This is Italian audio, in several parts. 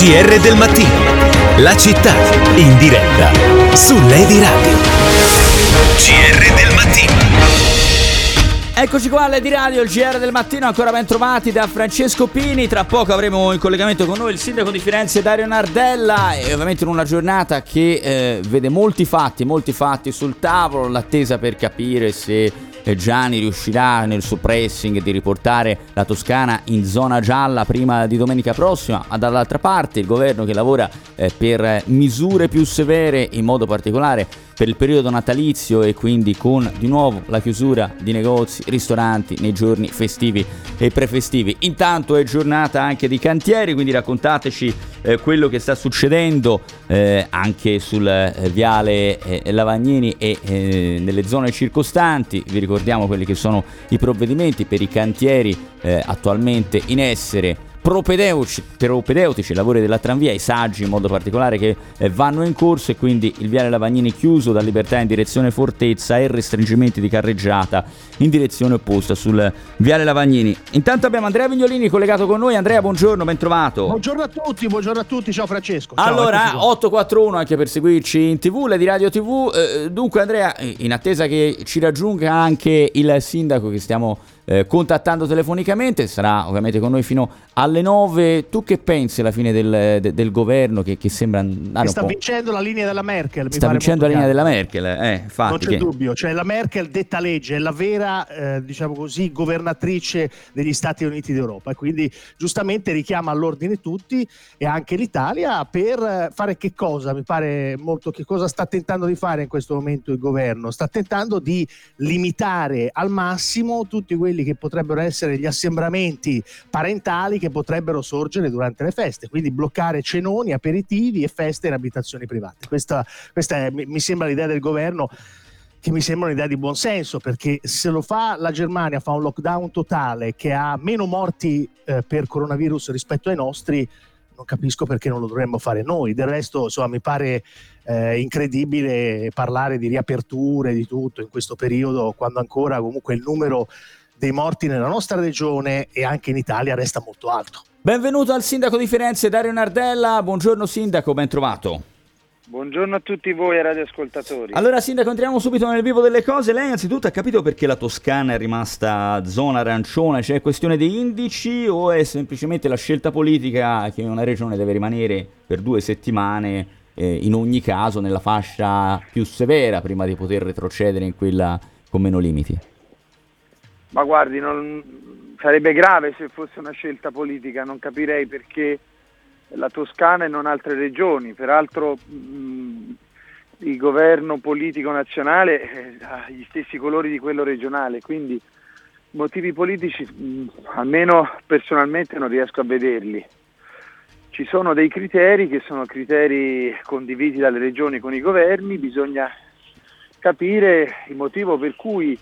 GR del mattino, la città in diretta su Lady Radio. GR del mattino. Eccoci qua a Lady Radio, il GR del mattino, ancora ben trovati da Francesco Pini. Tra poco avremo in collegamento con noi il sindaco di Firenze Dario Nardella, e ovviamente in una giornata che vede molti fatti sul tavolo, l'attesa per capire se Gianni riuscirà nel suo pressing di riportare la Toscana in zona gialla prima di domenica prossima, ma dall'altra parte il governo che lavora per misure più severe, in modo particolare per il periodo natalizio, e quindi con di nuovo la chiusura di negozi, ristoranti nei giorni festivi e prefestivi. Intanto è giornata anche di cantieri, quindi raccontateci quello che sta succedendo anche sul viale Lavagnini e nelle zone circostanti. Vi ricordiamo quelli che sono i provvedimenti per i cantieri attualmente in essere, propedeutici, lavori della tranvia, i saggi in modo particolare che vanno in corso, e quindi il viale Lavagnini chiuso da Libertà in direzione Fortezza e restringimenti di carreggiata in direzione opposta sul viale Lavagnini. Intanto abbiamo Andrea Vignolini collegato con noi. Andrea, buongiorno, ben trovato. Buongiorno a tutti, ciao Francesco. Allora, 841 anche per seguirci in TV, Lady Radio TV. Dunque Andrea, in attesa che ci raggiunga anche il sindaco che stiamo contattando telefonicamente, sarà ovviamente con noi fino alle 9. Tu che pensi alla fine del governo che sembra andare sta un po'... vincendo la linea della Merkel, sta vincendo la linea della Merkel, infatti, non c'è dubbio, cioè la Merkel detta legge, è la vera diciamo così governatrice degli Stati Uniti d'Europa, e quindi giustamente richiama all'ordine tutti e anche l'Italia per fare che cosa? Mi pare molto che cosa sta tentando di fare in questo momento il governo. Sta tentando di limitare al massimo tutti quelli che potrebbero essere gli assembramenti parentali che potrebbero sorgere durante le feste, quindi bloccare cenoni, aperitivi e feste in abitazioni private. Questa mi sembra l'idea del governo, che mi sembra un'idea di buon senso, perché se lo fa la Germania, fa un lockdown totale che ha meno morti per coronavirus rispetto ai nostri, non capisco perché non lo dovremmo fare noi. Del resto, insomma, mi pare incredibile parlare di riaperture, di tutto in questo periodo, quando ancora comunque il numero dei morti nella nostra regione e anche in Italia resta molto alto. Benvenuto al sindaco di Firenze Dario Nardella. Buongiorno sindaco, ben trovato. Buongiorno a tutti voi radioascoltatori. Allora sindaco, entriamo subito nel vivo delle cose. Lei innanzitutto ha capito perché la Toscana è rimasta zona arancione? C'è questione di indici o è semplicemente la scelta politica che una regione deve rimanere per 2 settimane in ogni caso nella fascia più severa prima di poter retrocedere in quella con meno limiti? Ma guardi, sarebbe grave se fosse una scelta politica, non capirei perché la Toscana e non altre regioni. Peraltro il governo politico nazionale ha gli stessi colori di quello regionale, quindi motivi politici almeno personalmente non riesco a vederli. Ci sono dei criteri che sono criteri condivisi dalle regioni con i governi, bisogna capire il motivo per cui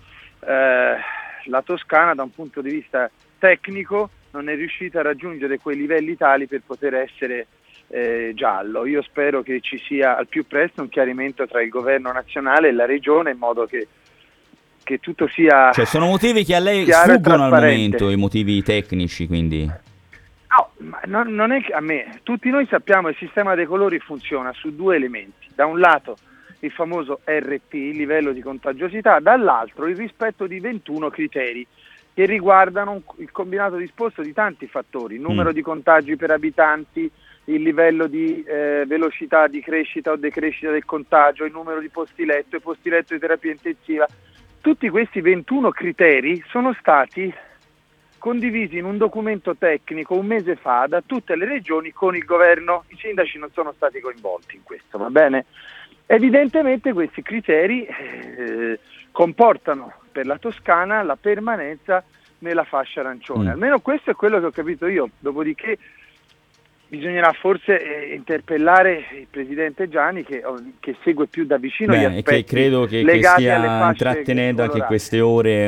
la Toscana da un punto di vista tecnico non è riuscita a raggiungere quei livelli tali per poter essere giallo. Io spero che ci sia al più presto un chiarimento tra il governo nazionale e la regione, in modo che tutto sia, cioè sono motivi che a lei chiaro, sfuggono al momento, i motivi tecnici, quindi? No, ma non è che a me, tutti noi sappiamo che il sistema dei colori funziona su 2 elementi: da un lato il famoso RT, il livello di contagiosità, dall'altro il rispetto di 21 criteri che riguardano il combinato disposto di tanti fattori: il numero di contagi per abitanti, il livello di velocità di crescita o decrescita del contagio, il numero di posti letto, i posti letto di terapia intensiva. Tutti questi 21 criteri sono stati condivisi in un documento tecnico un mese fa da tutte le regioni con il governo. I sindaci non sono stati coinvolti in questo, va bene? Evidentemente questi criteri comportano per la Toscana la permanenza nella fascia arancione. Almeno questo è quello che ho capito io. Dopodiché bisognerà forse interpellare il presidente Gianni che segue più da vicino gli aspetti che credo che legati alle stia fasce intrattenendo anche in queste ore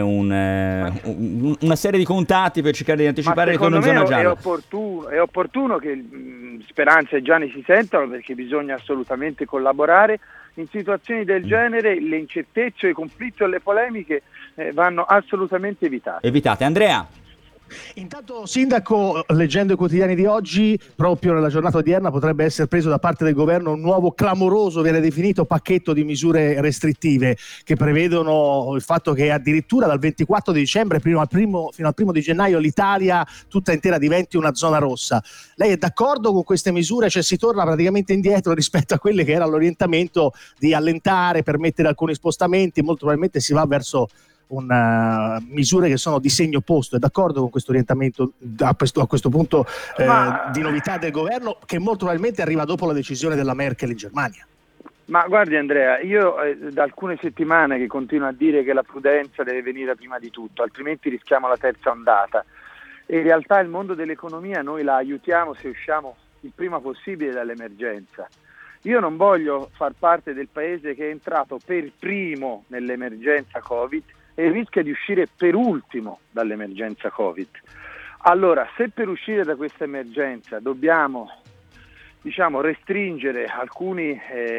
una serie di contatti per cercare di anticipare il ritorno in zona gialla. È opportuno che Speranza e Gianni si sentano, perché bisogna assolutamente collaborare. In situazioni del genere le incertezze, i conflitti o le polemiche vanno assolutamente evitate. Andrea? Intanto, Sindaco, leggendo i quotidiani di oggi, proprio nella giornata odierna potrebbe essere preso da parte del governo un nuovo clamoroso, viene definito, pacchetto di misure restrittive che prevedono il fatto che addirittura dal 24 di dicembre fino al 1 di gennaio l'Italia tutta intera diventi una zona rossa. Lei è d'accordo con queste misure? Cioè si torna praticamente indietro rispetto a quelli che era l'orientamento di allentare, permettere alcuni spostamenti, molto probabilmente si va verso misure che sono di segno opposto. È d'accordo con questo orientamento a questo punto di novità del governo, che molto probabilmente arriva dopo la decisione della Merkel in Germania? Ma guardi Andrea, io da alcune settimane che continuo a dire che la prudenza deve venire prima di tutto, altrimenti rischiamo la terza ondata, e in realtà il mondo dell'economia noi la aiutiamo se usciamo il prima possibile dall'emergenza. Io non voglio far parte del paese che è entrato per primo nell'emergenza Covid e rischia di uscire per ultimo dall'emergenza Covid. Allora, se per uscire da questa emergenza dobbiamo, restringere alcune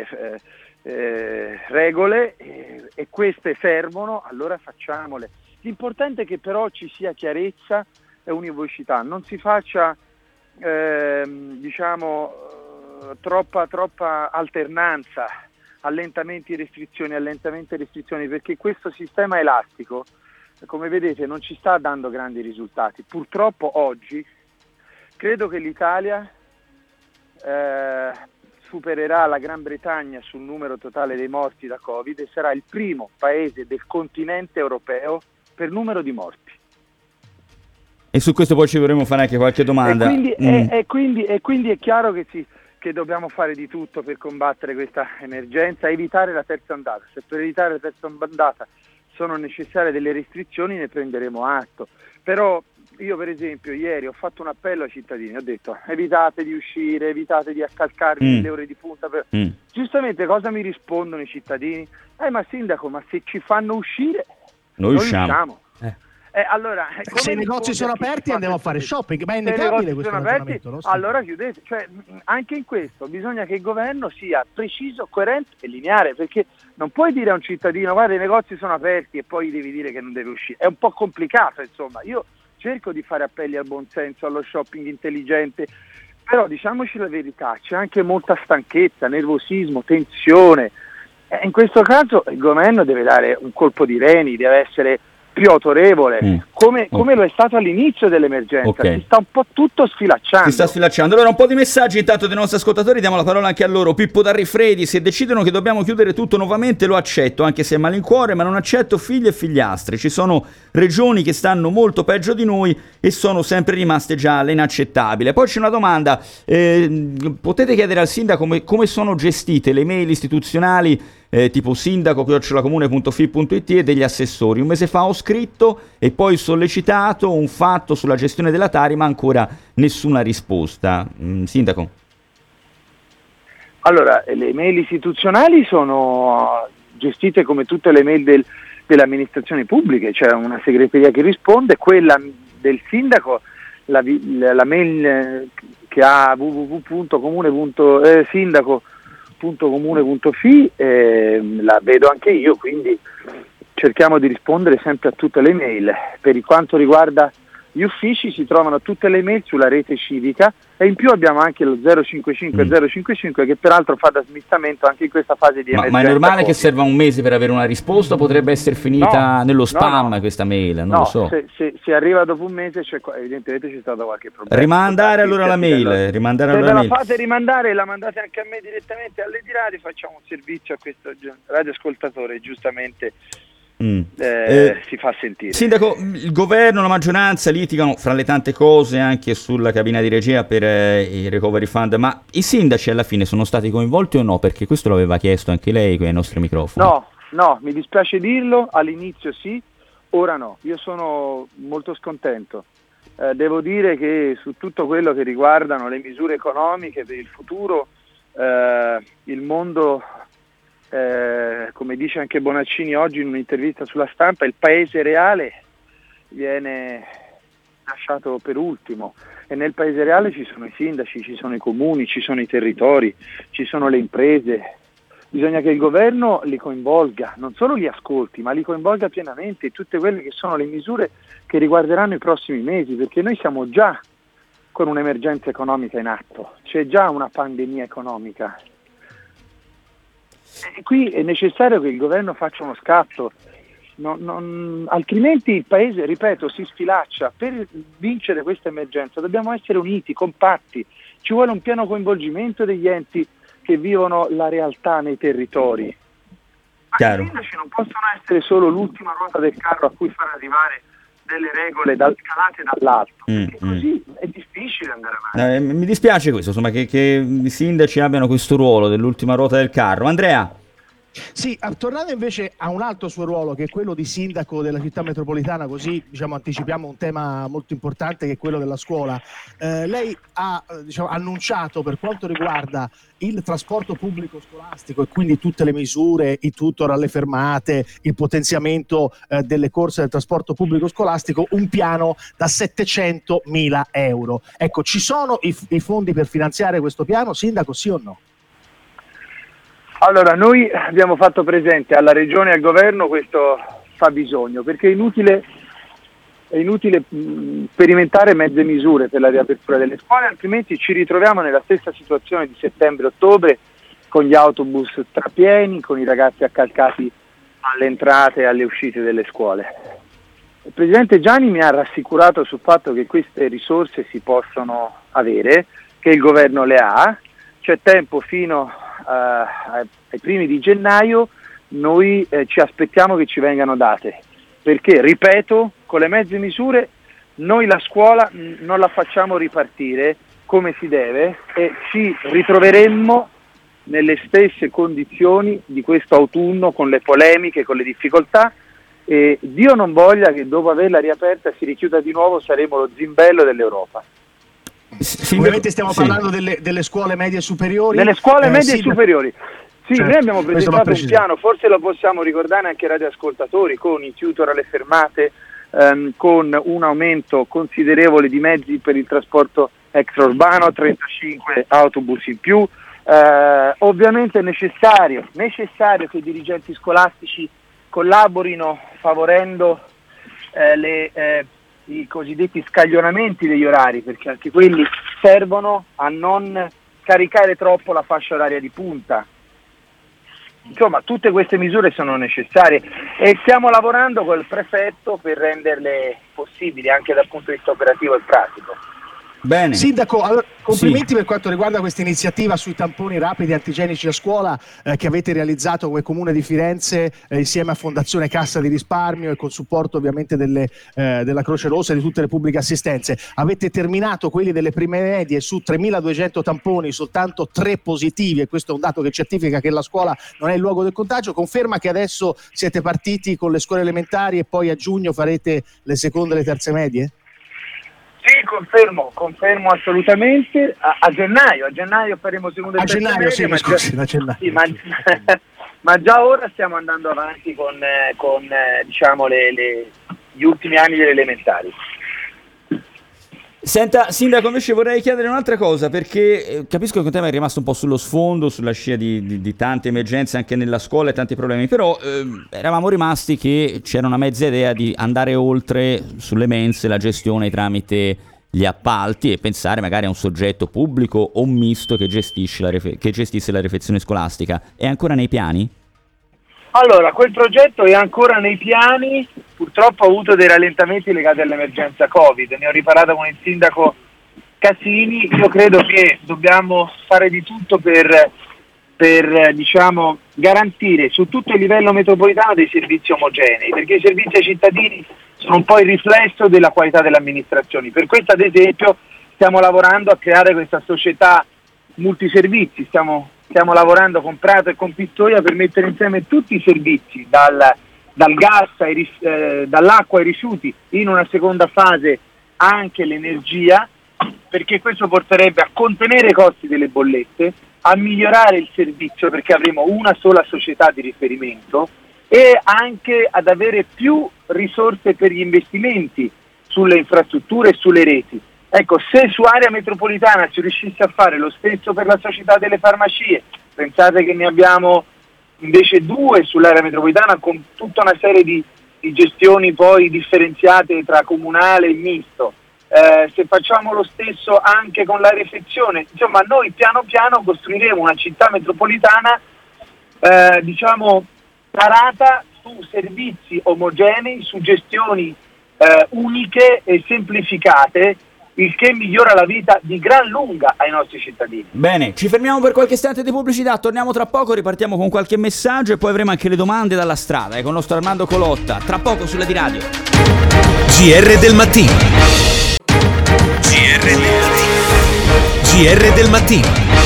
regole e queste servono, allora facciamole. L'importante è che però ci sia chiarezza e univocità, non si faccia troppa alternanza, allentamenti e restrizioni, perché questo sistema elastico, come vedete, non ci sta dando grandi risultati. Purtroppo oggi credo che l'Italia supererà la Gran Bretagna sul numero totale dei morti da Covid e sarà il primo paese del continente europeo per numero di morti. E su questo poi ci dovremo fare anche qualche domanda. E quindi è chiaro che dobbiamo fare di tutto per combattere questa emergenza, evitare la terza ondata. Se per evitare la terza ondata sono necessarie delle restrizioni, ne prenderemo atto. Però io per esempio ieri ho fatto un appello ai cittadini, ho detto evitate di uscire, evitate di accalcarvi le ore di punta. Giustamente cosa mi rispondono i cittadini? Ma sindaco, ma se ci fanno uscire, noi usciamo. Allora, se i negozi sono aperti andiamo a fare shopping, ma è innegabile questo ragionamento, no? Allora chiudete, cioè, anche in questo bisogna che il governo sia preciso, coerente e lineare, perché non puoi dire a un cittadino guarda i negozi sono aperti e poi devi dire che non deve uscire, è un po' complicato, insomma. Io cerco di fare appelli al buonsenso, allo shopping intelligente, però diciamoci la verità, c'è anche molta stanchezza, nervosismo, tensione, in questo caso il governo deve dare un colpo di reni, deve essere più autorevole, come lo è stato all'inizio dell'emergenza. Si sta un po' tutto sfilacciando. Si sta sfilacciando. Allora un po' di messaggi intanto dei nostri ascoltatori, diamo la parola anche a loro. Pippo da Rifredi: se decidono che dobbiamo chiudere tutto nuovamente lo accetto, anche se è malincuore, ma non accetto figli e figliastri. Ci sono regioni che stanno molto peggio di noi e sono sempre rimaste gialle, inaccettabile. Poi c'è una domanda, potete chiedere al sindaco come sono gestite le mail istituzionali tipo sindaco@comune.fi.it e degli assessori. Un mese fa ho scritto e poi sollecitato un fatto sulla gestione della Tari, ma ancora nessuna risposta. Sindaco? Allora, le mail istituzionali sono gestite come tutte le mail delle amministrazioni pubbliche, c'è una segreteria che risponde, quella del sindaco, la mail che ha www.comune.sindaco.comune.fi la vedo anche io, quindi cerchiamo di rispondere sempre a tutte le mail. Per quanto riguarda gli uffici si trovano tutte le mail sulla rete civica e in più abbiamo anche lo 055 che peraltro fa da smistamento anche in questa fase di emergenza. Ma è normale che serva un mese per avere una risposta o potrebbe essere finita nello spam questa mail? Non lo so. Se arriva dopo un mese evidentemente c'è stato qualche problema. Rimandare allora la mail. Se la fate rimandare e la mandate anche a me direttamente alle radio, facciamo un servizio a questo radioascoltatore, giustamente si fa sentire. Sindaco, il governo, la maggioranza litigano fra le tante cose anche sulla cabina di regia per i recovery fund, ma i sindaci alla fine sono stati coinvolti o no? Perché questo lo aveva chiesto anche lei con i nostri microfoni. No, mi dispiace dirlo, all'inizio sì, ora no. Io sono molto scontento. Devo dire che su tutto quello che riguardano le misure economiche per il futuro, il mondo, come dice anche Bonaccini oggi in un'intervista sulla Stampa, il paese reale viene lasciato per ultimo, e nel paese reale ci sono i sindaci, ci sono i comuni, ci sono i territori, ci sono le imprese, bisogna che il governo li coinvolga, non solo li ascolti, ma li coinvolga pienamente in tutte quelle che sono le misure che riguarderanno i prossimi mesi, perché noi siamo già con un'emergenza economica in atto, c'è già una pandemia economica. E qui è necessario che il governo faccia uno scatto, altrimenti il paese, ripeto, si sfilaccia. Per vincere questa emergenza dobbiamo essere uniti, compatti, ci vuole un pieno coinvolgimento degli enti che vivono la realtà nei territori. Ma i sindaci non possono essere solo l'ultima ruota del carro a cui far arrivare delle regole scalate dall'alto, perché così è difficile andare avanti. Mi dispiace questo, insomma, che i sindaci abbiano questo ruolo dell'ultima ruota del carro. Andrea? Sì, tornando invece a un altro suo ruolo, che è quello di sindaco della città metropolitana, così anticipiamo un tema molto importante che è quello della scuola. Lei ha annunciato, per quanto riguarda il trasporto pubblico scolastico e quindi tutte le misure, i tutor alle fermate, il potenziamento delle corse del trasporto pubblico scolastico, un piano da 700.000 euro. Ecco, ci sono i fondi per finanziare questo piano, sindaco, sì o no? Allora, noi abbiamo fatto presente alla Regione e al Governo questo fabbisogno, perché è inutile sperimentare mezze misure per la riapertura delle scuole, altrimenti ci ritroviamo nella stessa situazione di settembre-ottobre, con gli autobus strapieni, con i ragazzi accalcati alle entrate e alle uscite delle scuole. Il Presidente Gianni mi ha rassicurato sul fatto che queste risorse si possono avere, che il Governo le ha, c'è tempo fino ai primi di gennaio, noi ci aspettiamo che ci vengano date, perché, ripeto, con le mezze misure noi la scuola non la facciamo ripartire come si deve e ci ritroveremmo nelle stesse condizioni di questo autunno, con le polemiche, con le difficoltà, e Dio non voglia che dopo averla riaperta si richiuda di nuovo, saremo lo zimbello dell'Europa. Ovviamente stiamo parlando delle scuole medie superiori. Delle scuole medie e superiori. Sì, certo, noi abbiamo presentato un piano, forse lo possiamo ricordare anche ai radioascoltatori, con i tutor alle fermate, con un aumento considerevole di mezzi per il trasporto extraurbano, 35 autobus in più. Ovviamente è necessario che i dirigenti scolastici collaborino favorendo i cosiddetti scaglionamenti degli orari, perché anche quelli servono a non caricare troppo la fascia oraria di punta. Insomma, tutte queste misure sono necessarie e stiamo lavorando col prefetto per renderle possibili anche dal punto di vista operativo e pratico. Bene. Sindaco, allora, complimenti per quanto riguarda questa iniziativa sui tamponi rapidi antigenici a scuola che avete realizzato come Comune di Firenze insieme a Fondazione Cassa di Risparmio e col supporto ovviamente della Croce Rossa e di tutte le pubbliche assistenze. Avete terminato quelli delle prime medie su 3.200 tamponi, soltanto 3 positivi, e questo è un dato che certifica che la scuola non è il luogo del contagio. Conferma che adesso siete partiti con le scuole elementari e poi a giugno farete le seconde e le terze medie? Sì, confermo assolutamente. A gennaio faremo seconda e terza medie. Sì, ma scusi, a gennaio. Sì, ma già ora stiamo andando avanti con diciamo gli ultimi anni delle elementari. Senta, Sindaco, invece vorrei chiedere un'altra cosa, perché capisco che il tema è rimasto un po' sullo sfondo, sulla scia di tante emergenze anche nella scuola e tanti problemi, però eravamo rimasti che c'era una mezza idea di andare oltre sulle mense, la gestione tramite gli appalti e pensare magari a un soggetto pubblico o misto che gestisse la refezione scolastica. È ancora nei piani? Allora, quel progetto è ancora nei piani, purtroppo ha avuto dei rallentamenti legati all'emergenza Covid, ne ho riparlato con il sindaco Casini. Io credo che dobbiamo fare di tutto per diciamo garantire su tutto il livello metropolitano dei servizi omogenei, perché i servizi ai cittadini sono un po' il riflesso della qualità delle amministrazioni. Per questo, ad esempio, stiamo lavorando a creare questa società multiservizi, stiamo lavorando con Prato e con Pistoia per mettere insieme tutti i servizi, dal gas dall'acqua ai rifiuti, in una seconda fase anche l'energia, perché questo porterebbe a contenere i costi delle bollette, a migliorare il servizio perché avremo una sola società di riferimento e anche ad avere più risorse per gli investimenti sulle infrastrutture e sulle reti. Ecco, se su area metropolitana si riuscisse a fare lo stesso per la società delle farmacie, pensate che ne abbiamo invece 2 sull'area metropolitana, con tutta una serie di gestioni poi differenziate tra comunale e misto. Se facciamo lo stesso anche con la refezione, insomma noi piano piano costruiremo una città metropolitana tarata su servizi omogenei, su gestioni uniche e semplificate, il che migliora la vita di gran lunga ai nostri cittadini. Bene, ci fermiamo per qualche istante di pubblicità, torniamo tra poco, ripartiamo con qualche messaggio e poi avremo anche le domande dalla strada con il nostro Armando Colotta, tra poco sulla di radio. GR del mattino. GR del mattino. GR del mattino.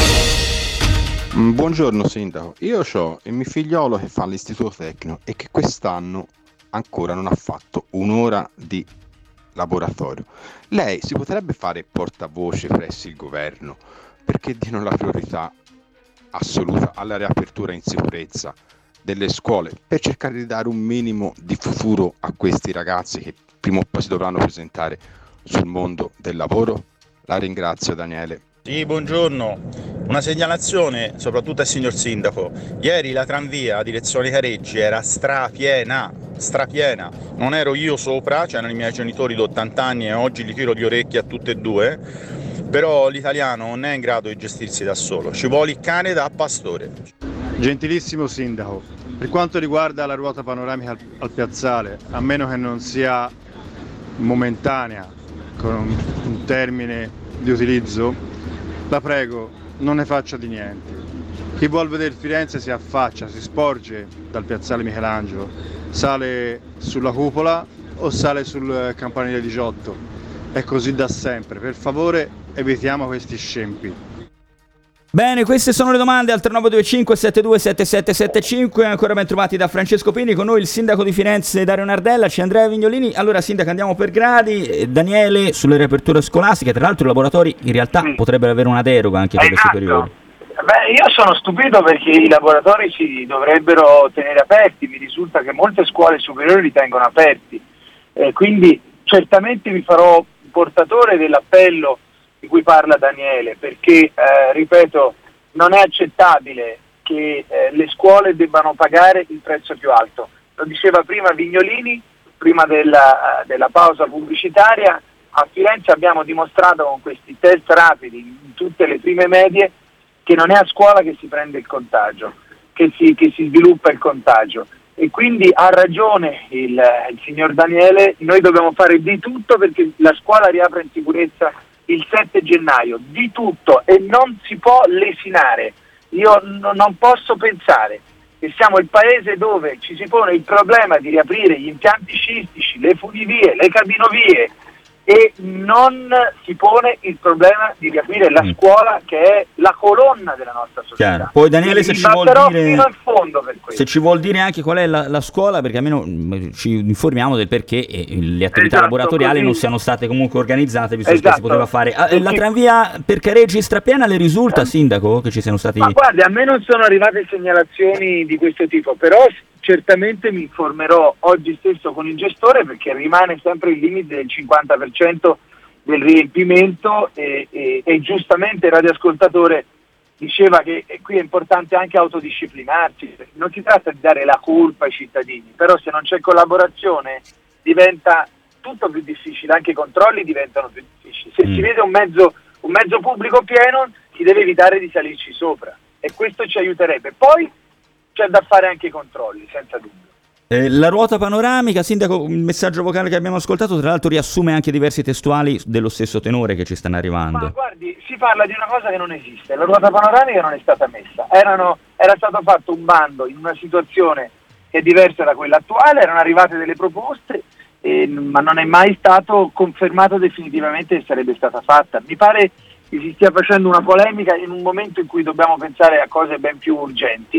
Buongiorno sindaco, io ho il mio figliolo che fa l'istituto tecnico e che quest'anno ancora non ha fatto un'ora di laboratorio. Lei si potrebbe fare portavoce presso il governo perché diano la priorità assoluta alla riapertura in sicurezza delle scuole per cercare di dare un minimo di futuro a questi ragazzi che prima o poi si dovranno presentare sul mondo del lavoro? La ringrazio, Daniele. Sì, buongiorno. Una segnalazione soprattutto al signor sindaco. Ieri la tranvia a direzione Careggi era strapiena. Non ero io sopra, c'erano i miei genitori di 80 anni e oggi li tiro di orecchie a tutte e due, però l'italiano non è in grado di gestirsi da solo, ci vuole il cane da pastore. Gentilissimo sindaco, per quanto riguarda la ruota panoramica al piazzale, a meno che non sia momentanea, con un termine di utilizzo, la prego, non ne faccia di niente. Chi vuol vedere Firenze si affaccia, si sporge dal piazzale Michelangelo, sale sulla cupola o sale sul campanile di Giotto. È così da sempre. Per favore evitiamo questi scempi. Bene, queste sono le domande al 3925 727775. Ancora ben trovati da Francesco Pini, con noi il sindaco di Firenze Dario Nardella, c'è Andrea Vignolini. Allora sindaco, andiamo per gradi. Daniele, sulle riaperture scolastiche, tra l'altro i laboratori in realtà potrebbero avere una deroga anche per le superiori. Beh, io sono stupito perché i laboratori si dovrebbero tenere aperti, mi risulta che molte scuole superiori li tengono aperti, quindi certamente mi farò portatore dell'appello di cui parla Daniele, perché, ripeto, non è accettabile che le scuole debbano pagare il prezzo più alto. Lo diceva prima Vignolini, prima della pausa pubblicitaria. A Firenze abbiamo dimostrato con questi test rapidi in tutte le prime medie che non è a scuola che si prende il contagio, che si sviluppa il contagio. E quindi ha ragione il signor Daniele, noi dobbiamo fare di tutto perché la scuola riapra in sicurezza il 7 gennaio, di tutto, e non si può lesinare. Io non posso pensare che siamo il paese dove ci si pone il problema di riaprire gli impianti sciistici, le funivie, le cabinovie, e non si pone il problema di riaprire la scuola, che è la colonna della nostra società. Chiaro. Poi Daniele, se ci vuol dire fino in fondo per questo. Se ci vuol dire anche qual è la scuola, perché almeno ci informiamo del perché le attività laboratoriali così non siano state comunque organizzate, visto che si poteva fare. La tranvia per Careggi strapiena le risulta, sindaco, che ci siano stati? Ma guardi, a me non sono arrivate segnalazioni di questo tipo, però certamente mi informerò oggi stesso con il gestore, perché rimane sempre il limite del 50% del riempimento e giustamente il radioascoltatore diceva che qui è importante anche autodisciplinarsi. Non si tratta di dare la colpa ai cittadini, però se non c'è collaborazione diventa tutto più difficile, anche i controlli diventano più difficili. Se si vede un mezzo pubblico pieno si deve evitare di salirci sopra, e questo ci aiuterebbe. Poi c'è da fare anche i controlli, senza dubbio. La ruota panoramica, sindaco, il messaggio vocale che abbiamo ascoltato tra l'altro riassume anche diversi testuali dello stesso tenore che ci stanno arrivando. Ma guardi, si parla di una cosa che non esiste, la ruota panoramica non è stata messa, era stato fatto un bando in una situazione che è diversa da quella attuale, erano arrivate delle proposte, ma non è mai stato confermato definitivamente che sarebbe stata fatta. Mi pare che si stia facendo una polemica in un momento in cui dobbiamo pensare a cose ben più urgenti.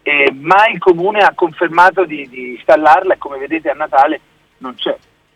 Ma il comune ha confermato di installarla, e come vedete a Natale non c'è.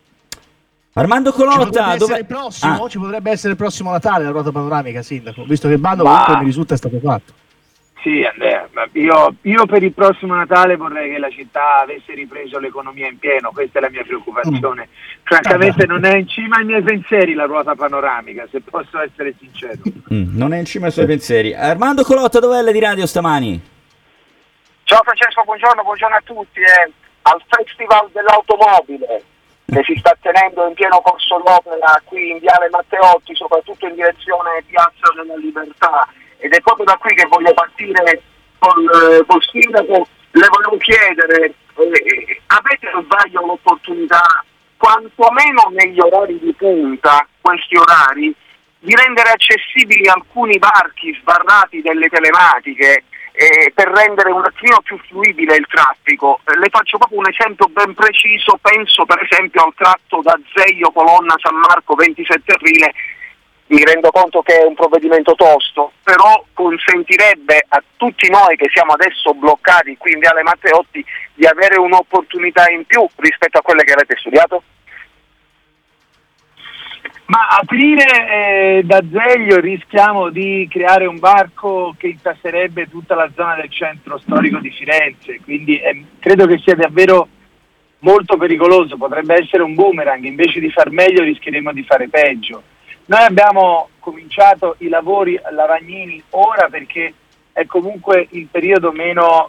Armando Colotta, ci potrebbe essere il prossimo Natale la ruota panoramica, sindaco, visto che il bando comunque mi risulta è stato fatto. Sì, Andrea, io per il prossimo Natale vorrei che la città avesse ripreso l'economia in pieno, questa è la mia preoccupazione. Francamente non è in cima ai miei pensieri la ruota panoramica, se posso essere sincero. Non è in cima ai suoi pensieri. Armando Colotta, dov'è la di radio stamani? Ciao Francesco, buongiorno a tutti. Al Festival dell'Automobile che si sta tenendo in pieno corso d'opera qui in Viale Matteotti, soprattutto in direzione Piazza della Libertà, ed è proprio da qui che voglio partire col sindaco. Le volevo chiedere, avete al vaglio l'opportunità, quantomeno negli orari di punta, questi orari, di rendere accessibili alcuni varchi sbarrati delle telematiche per rendere un attimino più fluibile il traffico? Le faccio proprio un esempio ben preciso, penso per esempio al tratto da Zeglio Colonna San Marco 27 aprile. Mi rendo conto che è un provvedimento tosto, però consentirebbe a tutti noi che siamo adesso bloccati qui in Viale Matteotti di avere un'opportunità in più rispetto a quelle che avete studiato? Ma aprire da Zeglio rischiamo di creare un varco che intasserebbe tutta la zona del centro storico di Firenze, quindi credo che sia davvero molto pericoloso, potrebbe essere un boomerang, invece di far meglio rischieremo di fare peggio. Noi abbiamo cominciato i lavori a Lavagnini ora perché è comunque il periodo meno,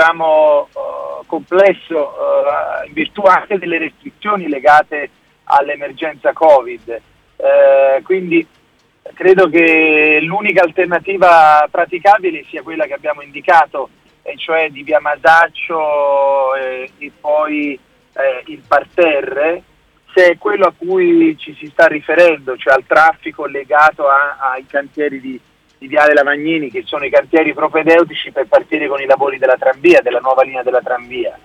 complesso, in virtù anche delle restrizioni legate all'emergenza Covid. Quindi credo che l'unica alternativa praticabile sia quella che abbiamo indicato, e cioè di via Masaccio e poi il parterre, se è quello a cui ci si sta riferendo, cioè al traffico legato ai cantieri di Viale Lavagnini, che sono i cantieri propedeutici per partire con i lavori della tramvia, della nuova linea della tramvia.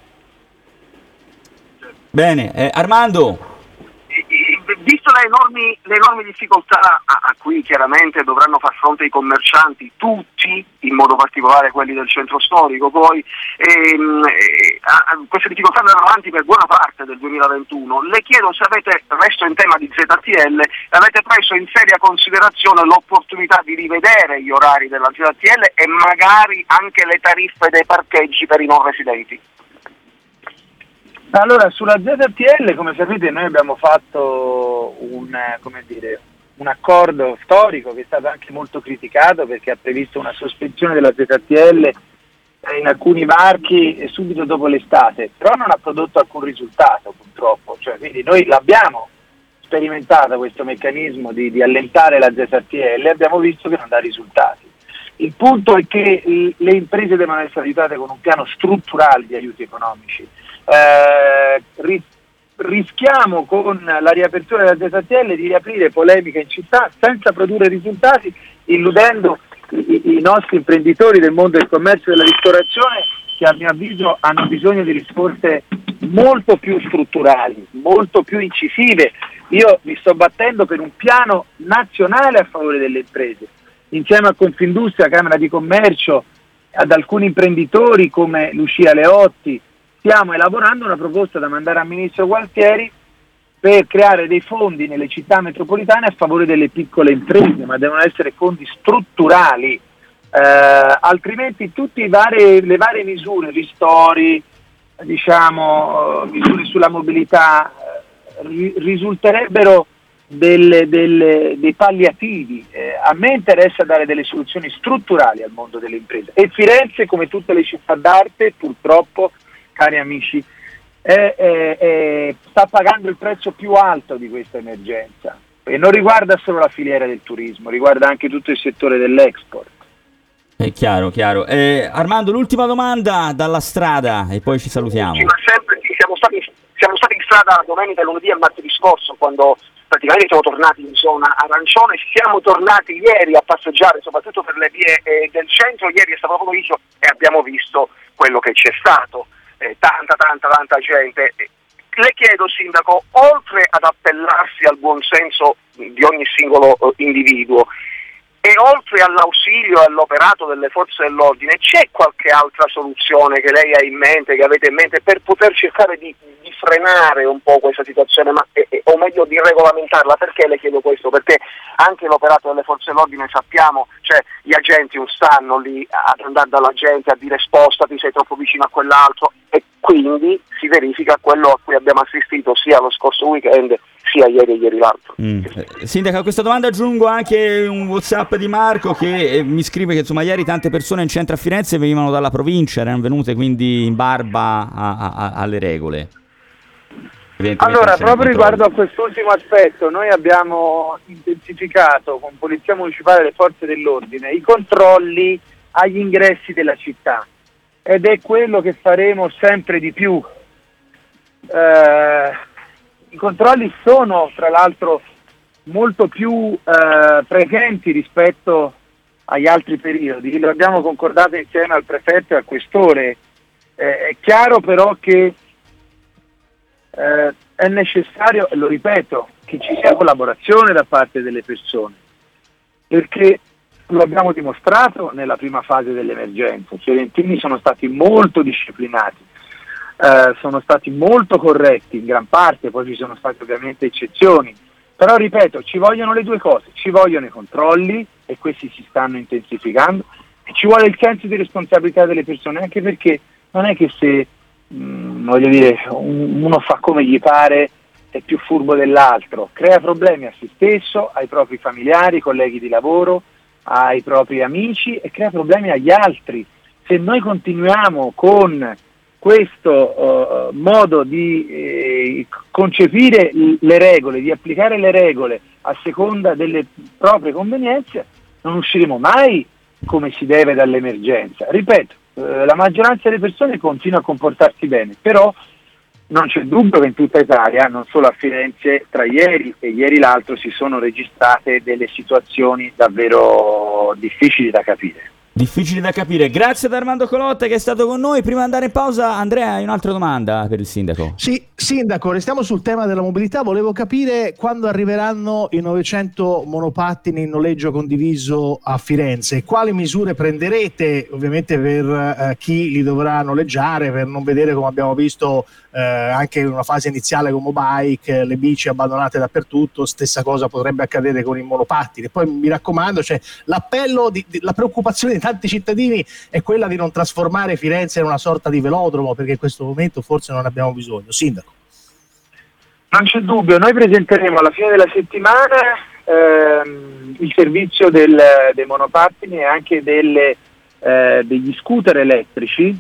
Bene, Armando. Visto le enormi difficoltà a cui chiaramente dovranno far fronte i commercianti, tutti, in modo particolare quelli del centro storico, poi queste difficoltà andranno avanti per buona parte del 2021, le chiedo se resto in tema di ZTL, avete preso in seria considerazione l'opportunità di rivedere gli orari della ZTL e magari anche le tariffe dei parcheggi per i non residenti? Allora, sulla ZTL, come sapete, noi abbiamo fatto un accordo storico che è stato anche molto criticato perché ha previsto una sospensione della ZTL in alcuni varchi subito dopo l'estate, però non ha prodotto alcun risultato purtroppo, quindi noi l'abbiamo sperimentato questo meccanismo di allentare la ZTL e abbiamo visto che non dà risultati. Il punto è che le imprese devono essere aiutate con un piano strutturale di aiuti economici. Rischiamo con la riapertura della ZTL di riaprire polemiche in città senza produrre risultati, illudendo i nostri imprenditori del mondo del commercio e della ristorazione, che a mio avviso hanno bisogno di risposte molto più strutturali, molto più incisive. Io mi sto battendo per un piano nazionale a favore delle imprese, insieme a Confindustria, Camera di Commercio, ad alcuni imprenditori come Lucia Leotti. Stiamo elaborando una proposta da mandare al ministro Gualtieri per creare dei fondi nelle città metropolitane a favore delle piccole imprese, ma devono essere fondi strutturali, altrimenti tutte le varie misure, ristori, misure sulla mobilità, risulterebbero dei palliativi. A me interessa dare delle soluzioni strutturali al mondo delle imprese, e Firenze, come tutte le città d'arte, purtroppo, cari amici, sta pagando il prezzo più alto di questa emergenza, e non riguarda solo la filiera del turismo, riguarda anche tutto il settore dell'export. È chiaro. Armando, l'ultima domanda dalla strada e poi ci salutiamo. Sì, ma sempre siamo stati in strada domenica, lunedì e martedì scorso, quando praticamente siamo tornati in zona arancione. Siamo tornati ieri a passeggiare soprattutto per le vie del centro. Ieri è stato proprio pomeriggio e abbiamo visto quello che c'è stato. Tanta gente. Le chiedo, sindaco, oltre ad appellarsi al buonsenso di ogni singolo individuo e oltre all'ausilio e all'operato delle forze dell'ordine, c'è qualche altra soluzione che lei ha in mente, che avete in mente, per poter cercare di frenare un po' questa situazione, o meglio di regolamentarla? Perché le chiedo questo? Perché anche l'operato delle forze dell'ordine sappiamo, cioè gli agenti non stanno lì ad andare dalla gente a dire spostati, sei troppo vicino a quell'altro, e quindi si verifica quello a cui abbiamo assistito sia lo scorso weekend sia ieri e ieri l'altro. Sindaco, a questa domanda aggiungo anche un WhatsApp di Marco che mi scrive che insomma ieri tante persone in centro a Firenze venivano dalla provincia, erano venute quindi in barba alle regole. Allora, proprio riguardo a quest'ultimo aspetto, noi abbiamo intensificato con Polizia Municipale e le forze dell'ordine i controlli agli ingressi della città, ed è quello che faremo sempre di più. I controlli sono tra l'altro molto più presenti rispetto agli altri periodi, lo abbiamo concordato insieme al prefetto e al questore. È chiaro però che è necessario, e lo ripeto, che ci sia collaborazione da parte delle persone, perché lo abbiamo dimostrato nella prima fase dell'emergenza. I fiorentini sono stati molto disciplinati, sono stati molto corretti in gran parte, poi ci sono state ovviamente eccezioni, però ripeto, ci vogliono le due cose, ci vogliono i controlli, e questi si stanno intensificando, e ci vuole il senso di responsabilità delle persone, anche perché non è che se voglio dire, uno fa come gli pare, è più furbo dell'altro, crea problemi a se stesso, ai propri familiari, colleghi di lavoro, ai propri amici, e crea problemi agli altri. Se noi continuiamo con questo modo di concepire le regole, di applicare le regole a seconda delle proprie convenienze, non usciremo mai come si deve dall'emergenza. Ripeto, la maggioranza delle persone continua a comportarsi bene, però non c'è dubbio che in tutta Italia, non solo a Firenze, tra ieri e ieri l'altro si sono registrate delle situazioni davvero difficili da capire. Difficili da capire. Grazie ad Armando Colotta che è stato con noi. Prima di andare in pausa, Andrea, hai un'altra domanda per il sindaco? Sì, sindaco, restiamo sul tema della mobilità. Volevo capire quando arriveranno i 900 monopattini in noleggio condiviso a Firenze. Quali misure prenderete, ovviamente per chi li dovrà noleggiare, per non vedere, come abbiamo visto anche in una fase iniziale con Mobike, le bici abbandonate dappertutto. Stessa cosa potrebbe accadere con i monopattini. Poi mi raccomando, cioè, l'appello, la preoccupazione di tanti cittadini è quella di non trasformare Firenze in una sorta di velodromo, perché in questo momento forse non abbiamo bisogno. Sindaco. Non c'è dubbio, noi presenteremo alla fine della settimana il servizio dei monopattini e anche degli scooter elettrici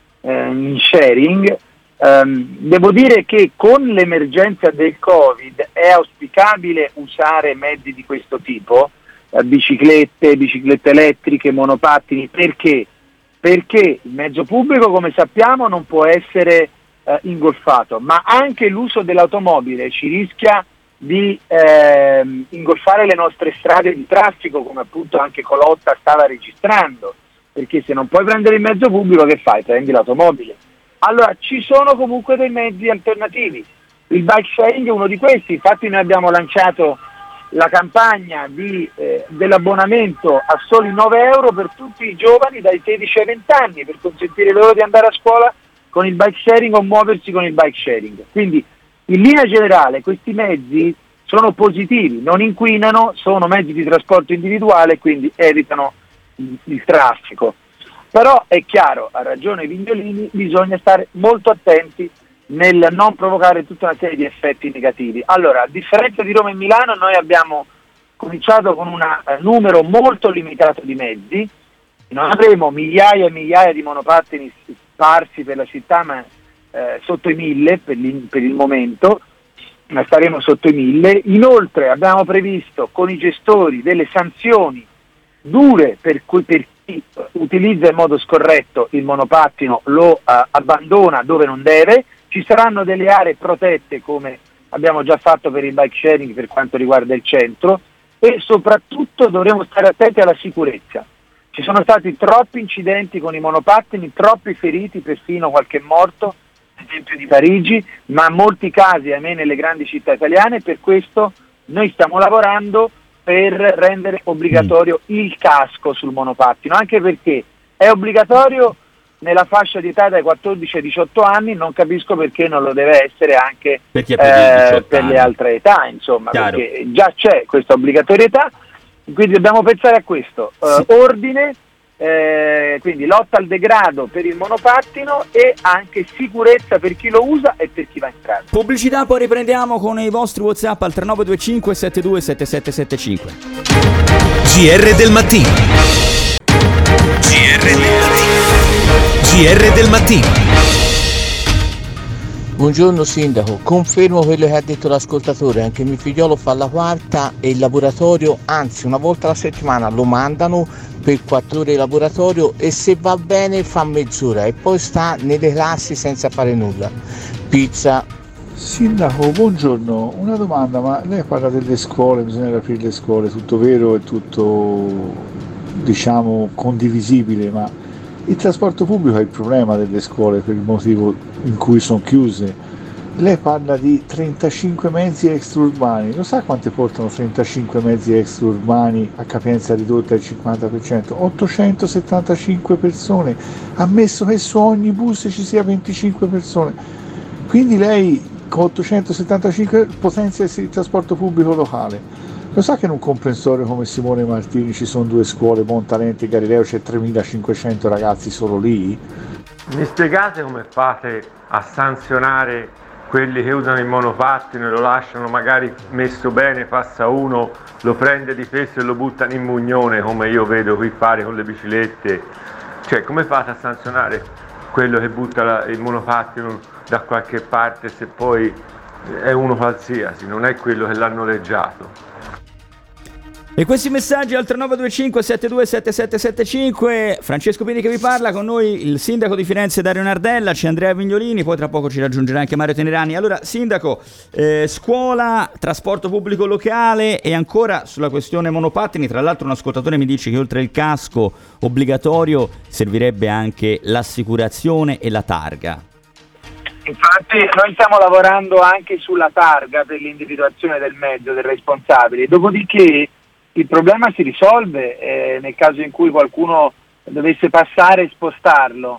in sharing. Devo dire che con l'emergenza del Covid è auspicabile usare mezzi di questo tipo, biciclette elettriche, monopattini. Perché? Perché il mezzo pubblico, come sappiamo, non può essere ingolfato, ma anche l'uso dell'automobile ci rischia di ingolfare le nostre strade di traffico, come appunto anche Colotta stava registrando, perché se non puoi prendere il mezzo pubblico, che fai? Prendi l'automobile. Allora ci sono comunque dei mezzi alternativi, il bike sharing è uno di questi. Infatti noi abbiamo lanciato la campagna dell'abbonamento a soli 9 euro per tutti i giovani dai 16 ai 20 anni, per consentire loro di andare a scuola con il bike sharing o muoversi con il bike sharing. Quindi in linea generale questi mezzi sono positivi, non inquinano, sono mezzi di trasporto individuale, quindi evitano il traffico. Però è chiaro, ha ragione Vignolini, bisogna stare molto attenti nel non provocare tutta una serie di effetti negativi. Allora, a differenza di Roma e Milano, noi abbiamo cominciato con un numero molto limitato di mezzi, non avremo migliaia e migliaia di monopattini sparsi per la città, ma sotto i 1000 per il momento, ma staremo sotto i 1000. Inoltre abbiamo previsto con i gestori delle sanzioni dure per chi utilizza in modo scorretto il monopattino, lo abbandona dove non deve. Ci saranno delle aree protette, come abbiamo già fatto per il bike sharing per quanto riguarda il centro, e soprattutto dovremo stare attenti alla sicurezza. Ci sono stati troppi incidenti con i monopattini, troppi feriti, perfino qualche morto, ad esempio di Parigi, ma molti casi, ahimè, nelle grandi città italiane. Per questo noi stiamo lavorando per rendere obbligatorio il casco sul monopattino, anche perché è obbligatorio nella fascia di età dai 14 ai 18 anni, non capisco perché non lo deve essere anche per chi ha più di 18 per le anni. altre età, insomma, Chiaro. perché già c'è questa obbligatorietà, quindi dobbiamo pensare a questo, ordine, quindi lotta al degrado per il monopattino e anche sicurezza per chi lo usa e per chi va in strada. Pubblicità, poi riprendiamo con i vostri WhatsApp al 3925 72 7775. GR del mattino. GR del mattino. GR del mattino. Buongiorno sindaco, confermo quello che ha detto l'ascoltatore, anche mio figliolo fa la quarta e il laboratorio, anzi una volta alla settimana lo mandano per 4 ore di laboratorio e se va bene fa mezz'ora e poi sta nelle classi senza fare nulla. Pizza. Sindaco, buongiorno, una domanda, ma lei parla delle scuole, bisogna aprire le scuole, tutto vero e tutto diciamo condivisibile, ma il trasporto pubblico è il problema delle scuole per il motivo in cui sono chiuse. Lei parla di 35 mezzi extraurbani, lo sa quante portano 35 mezzi extraurbani a capienza ridotta del 50%? 875 persone, ammesso che su ogni bus ci sia 25 persone. Quindi lei con 875 potenzia il trasporto pubblico locale. Lo sa che in un comprensorio come Simone Martini ci sono 2 scuole, Montalente e Galileo, c'è 3500 ragazzi solo lì? Mi spiegate come fate a sanzionare quelli che usano il monopattino e lo lasciano magari messo bene, passa uno, lo prende di peso e lo buttano in mugnone come io vedo qui fare con le biciclette? Cioè, come fate a sanzionare quello che butta il monopattino da qualche parte se poi è uno qualsiasi, non è quello che l'ha noleggiato? E questi messaggi al 3925 72 7775. Francesco Pini che vi parla, con noi il sindaco di Firenze Dario Nardella, c'è Andrea Vignolini, poi tra poco ci raggiungerà anche Mario Tenerani. Allora sindaco, scuola, trasporto pubblico locale e ancora sulla questione monopattini, tra l'altro un ascoltatore mi dice che oltre il casco obbligatorio servirebbe anche l'assicurazione e la targa. Infatti noi stiamo lavorando anche sulla targa per l'individuazione del mezzo, del responsabile, dopodiché il problema si risolve nel caso in cui qualcuno dovesse passare e spostarlo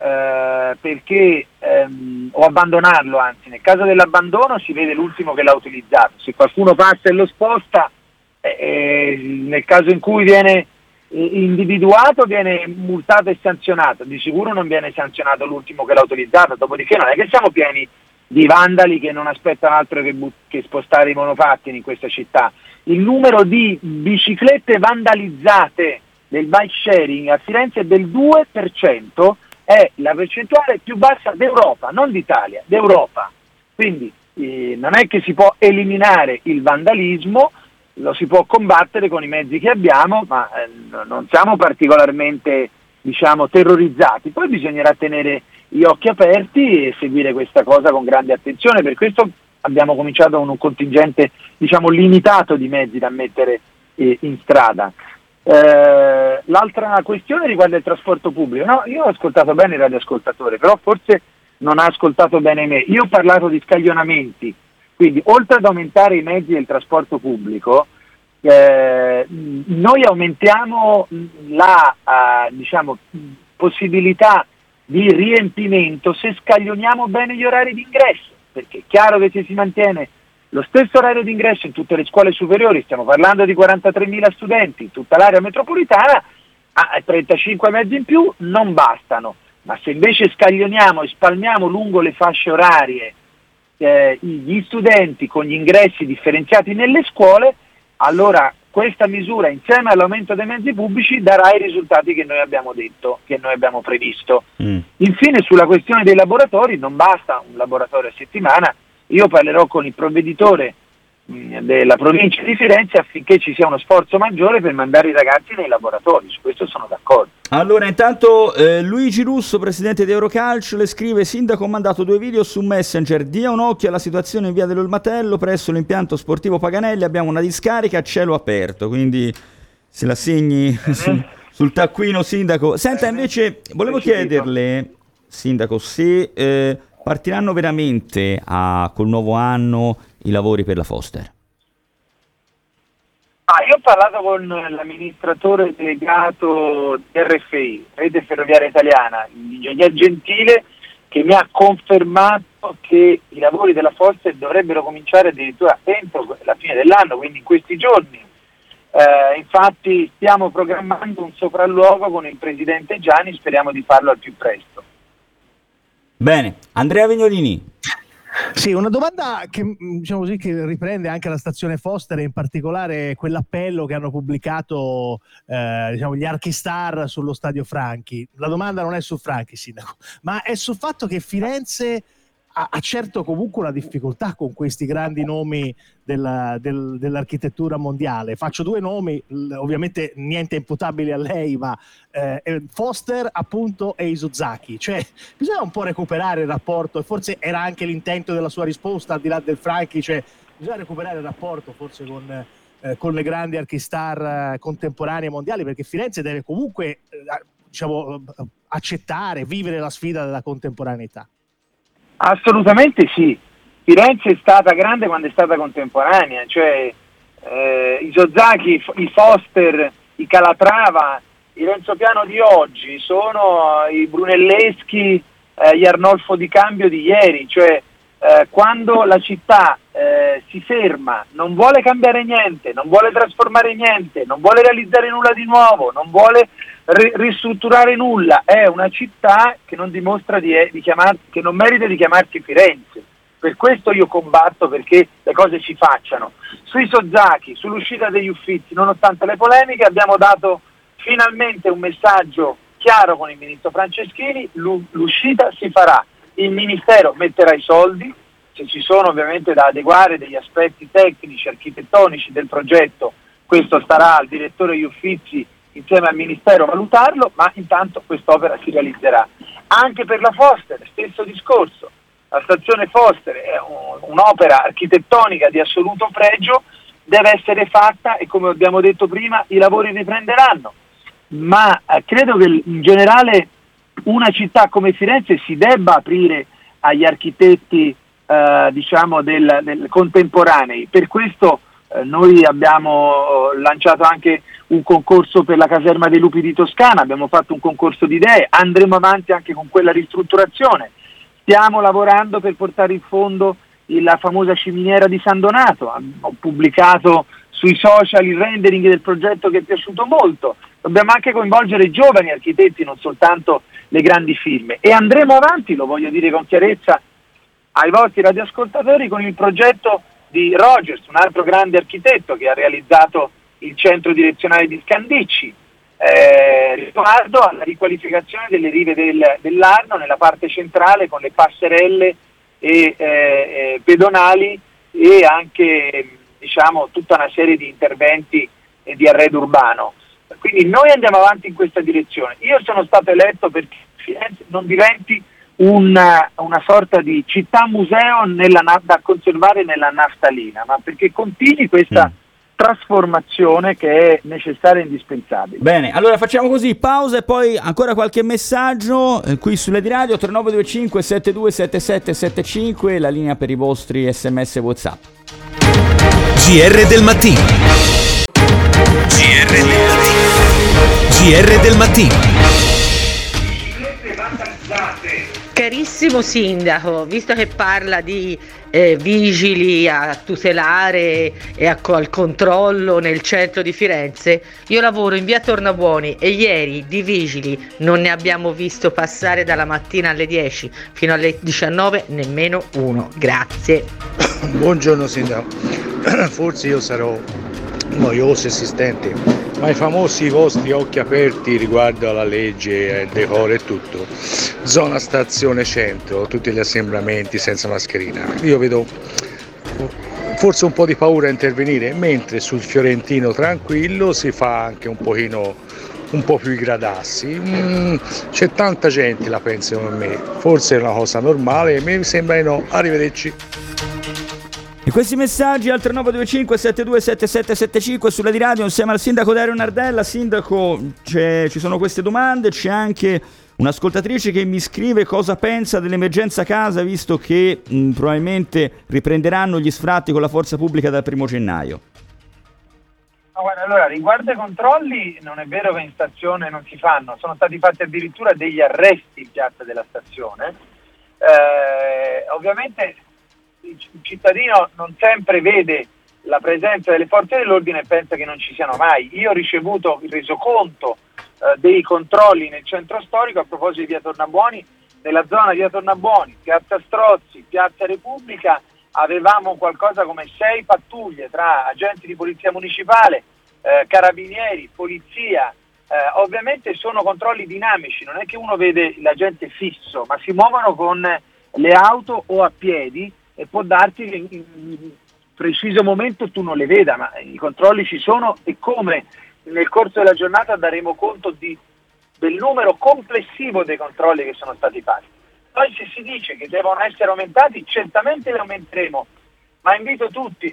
o abbandonarlo, anzi nel caso dell'abbandono si vede l'ultimo che l'ha utilizzato, se qualcuno passa e lo sposta nel caso in cui viene individuato viene multato e sanzionato, di sicuro non viene sanzionato l'ultimo che l'ha utilizzato, dopodiché non è che siamo pieni di vandali che non aspettano altro che spostare i monopattini in questa città. Il numero di biciclette vandalizzate del bike sharing a Firenze è del 2%, è la percentuale più bassa d'Europa, non d'Italia, d'Europa. Quindi non è che si può eliminare il vandalismo, lo si può combattere con i mezzi che abbiamo, ma non siamo particolarmente, terrorizzati. Poi bisognerà tenere gli occhi aperti e seguire questa cosa con grande attenzione. Per questo abbiamo cominciato con un contingente, limitato di mezzi da mettere in strada. L'altra questione riguarda il trasporto pubblico. No, io ho ascoltato bene il radioascoltatore, però forse non ha ascoltato bene me. Io ho parlato di scaglionamenti. Quindi, oltre ad aumentare i mezzi del trasporto pubblico, noi aumentiamo la possibilità di riempimento se scaglioniamo bene gli orari di ingresso, perché è chiaro che se si mantiene lo stesso orario di ingresso in tutte le scuole superiori, stiamo parlando di 43.000 studenti in tutta l'area metropolitana, 35 mezzi in più non bastano, ma se invece scaglioniamo e spalmiamo lungo le fasce orarie gli studenti con gli ingressi differenziati nelle scuole, allora questa misura insieme all'aumento dei mezzi pubblici darà i risultati che noi abbiamo detto, che noi abbiamo previsto. Infine sulla questione dei laboratori, non basta un laboratorio a settimana, io parlerò con il provveditore della provincia di Firenze affinché ci sia uno sforzo maggiore per mandare i ragazzi nei laboratori, su questo sono d'accordo. Allora intanto Luigi Russo, presidente di Eurocalcio, le scrive: sindaco, ho mandato 2 video su Messenger, dia un occhio alla situazione in via dell'Olmatello presso l'impianto sportivo Paganelli, abbiamo una discarica a cielo aperto, quindi se la segni sul taccuino, sindaco. Senta, invece volevo chiederle, sindaco, se partiranno veramente col nuovo anno i lavori per la Foster. Io ho parlato con l'amministratore delegato di RFI, Rete Ferroviaria Italiana, Ingegner Gentile, che mi ha confermato che i lavori della Foster dovrebbero cominciare addirittura entro la fine dell'anno, quindi in questi giorni. Infatti stiamo programmando un sopralluogo con il presidente Gianni, speriamo di farlo al più presto. Bene, Andrea Vignolini. Sì, una domanda che, diciamo così, che riprende anche la stazione Foster e in particolare quell'appello che hanno pubblicato gli Archistar sullo stadio Franchi. La domanda non è su Franchi, sindaco, ma è sul fatto che Firenze ha certo comunque una difficoltà con questi grandi nomi dell'architettura mondiale. Faccio due nomi, ovviamente niente imputabili a lei, ma Foster appunto e Isozaki. Cioè bisogna un po' recuperare il rapporto, e forse era anche l'intento della sua risposta al di là del Franchi, cioè bisogna recuperare il rapporto forse con le grandi archistar contemporanee mondiali, perché Firenze deve comunque accettare, vivere la sfida della contemporaneità. Assolutamente sì, Firenze è stata grande quando è stata contemporanea, cioè i Isozaki, i Foster, i Calatrava, i Renzo Piano di oggi sono i Brunelleschi, gli Arnolfo Di Cambio di ieri, cioè quando la città si ferma, non vuole cambiare niente, non vuole trasformare niente, non vuole realizzare nulla di nuovo, non vuole ristrutturare nulla, è una città che non dimostra che non merita di chiamarsi Firenze. Per questo io combatto perché le cose si facciano. Sui Sozaki, sull'uscita degli Uffizi, nonostante le polemiche, abbiamo dato finalmente un messaggio chiaro con il ministro Franceschini: l'uscita si farà, il ministero metterà i soldi, se ci sono ovviamente da adeguare degli aspetti tecnici, architettonici del progetto, questo starà al direttore degli Uffizi insieme al Ministero valutarlo, ma intanto quest'opera si realizzerà. Anche per la Foster, stesso discorso, la stazione Foster è un'opera architettonica di assoluto pregio, deve essere fatta e, come abbiamo detto prima, i lavori riprenderanno, ma credo che in generale una città come Firenze si debba aprire agli architetti del contemporanei. Per questo noi abbiamo lanciato anche un concorso per la caserma dei Lupi di Toscana, abbiamo fatto un concorso di idee, andremo avanti anche con quella ristrutturazione, stiamo lavorando per portare in fondo la famosa ciminiera di San Donato, ho pubblicato sui social il rendering del progetto che è piaciuto molto, dobbiamo anche coinvolgere i giovani architetti, non soltanto le grandi firme, e andremo avanti, lo voglio dire con chiarezza ai vostri radioascoltatori, con il progetto di Rogers, un altro grande architetto che ha realizzato il centro direzionale di Scandicci, riguardo alla riqualificazione delle rive dell'Arno nella parte centrale con le passerelle pedonali e anche tutta una serie di interventi di arredo urbano. Quindi noi andiamo avanti in questa direzione. Io sono stato eletto perché Firenze non diventi una sorta di città museo da conservare nella naftalina, ma perché continui questa trasformazione che è necessaria e indispensabile. Bene, allora facciamo così, pausa e poi ancora qualche messaggio qui sulle di radio. 3925 727775, la linea per i vostri SMS WhatsApp. GR del mattino. GR del mattino. Carissimo sindaco, visto che parla di vigili a tutelare e al controllo nel centro di Firenze, io lavoro in via Tornabuoni e ieri di vigili non ne abbiamo visto passare dalla mattina alle 10 fino alle 19 nemmeno uno. Grazie. Buongiorno sindaco, forse io sarò noioso assistente, ma i famosi vostri occhi aperti riguardo alla legge, il decoro e tutto, zona stazione centro, tutti gli assembramenti senza mascherina, io vedo forse un po' di paura a intervenire, mentre sul Fiorentino tranquillo si fa anche un po' più i gradassi, c'è tanta gente la pensa come me, forse è una cosa normale, mi sembra di no. Arrivederci. E questi messaggi al 3925 727775 sulla di radio insieme al sindaco Dario Nardella. Sindaco, ci sono queste domande, c'è anche un'ascoltatrice che mi scrive cosa pensa dell'emergenza casa, visto che probabilmente riprenderanno gli sfratti con la forza pubblica dal 1° gennaio. No, guarda, allora, riguardo ai controlli, non è vero che in stazione non si fanno, sono stati fatti addirittura degli arresti in piazza della stazione. Ovviamente il cittadino non sempre vede la presenza delle forze dell'ordine e pensa che non ci siano mai. Io ho ricevuto il resoconto dei controlli nel centro storico a proposito di via Tornabuoni. Nella zona di via Tornabuoni, piazza Strozzi, piazza Repubblica, avevamo qualcosa come 6 pattuglie tra agenti di polizia municipale, carabinieri, polizia. Ovviamente sono controlli dinamici, non è che uno vede l'agente fisso, ma si muovono con le auto o a piedi e può darti che in preciso momento tu non le veda, ma i controlli ci sono e come nel corso della giornata daremo conto del numero complessivo dei controlli che sono stati fatti. Poi se si dice che devono essere aumentati, certamente li aumenteremo, ma invito tutti,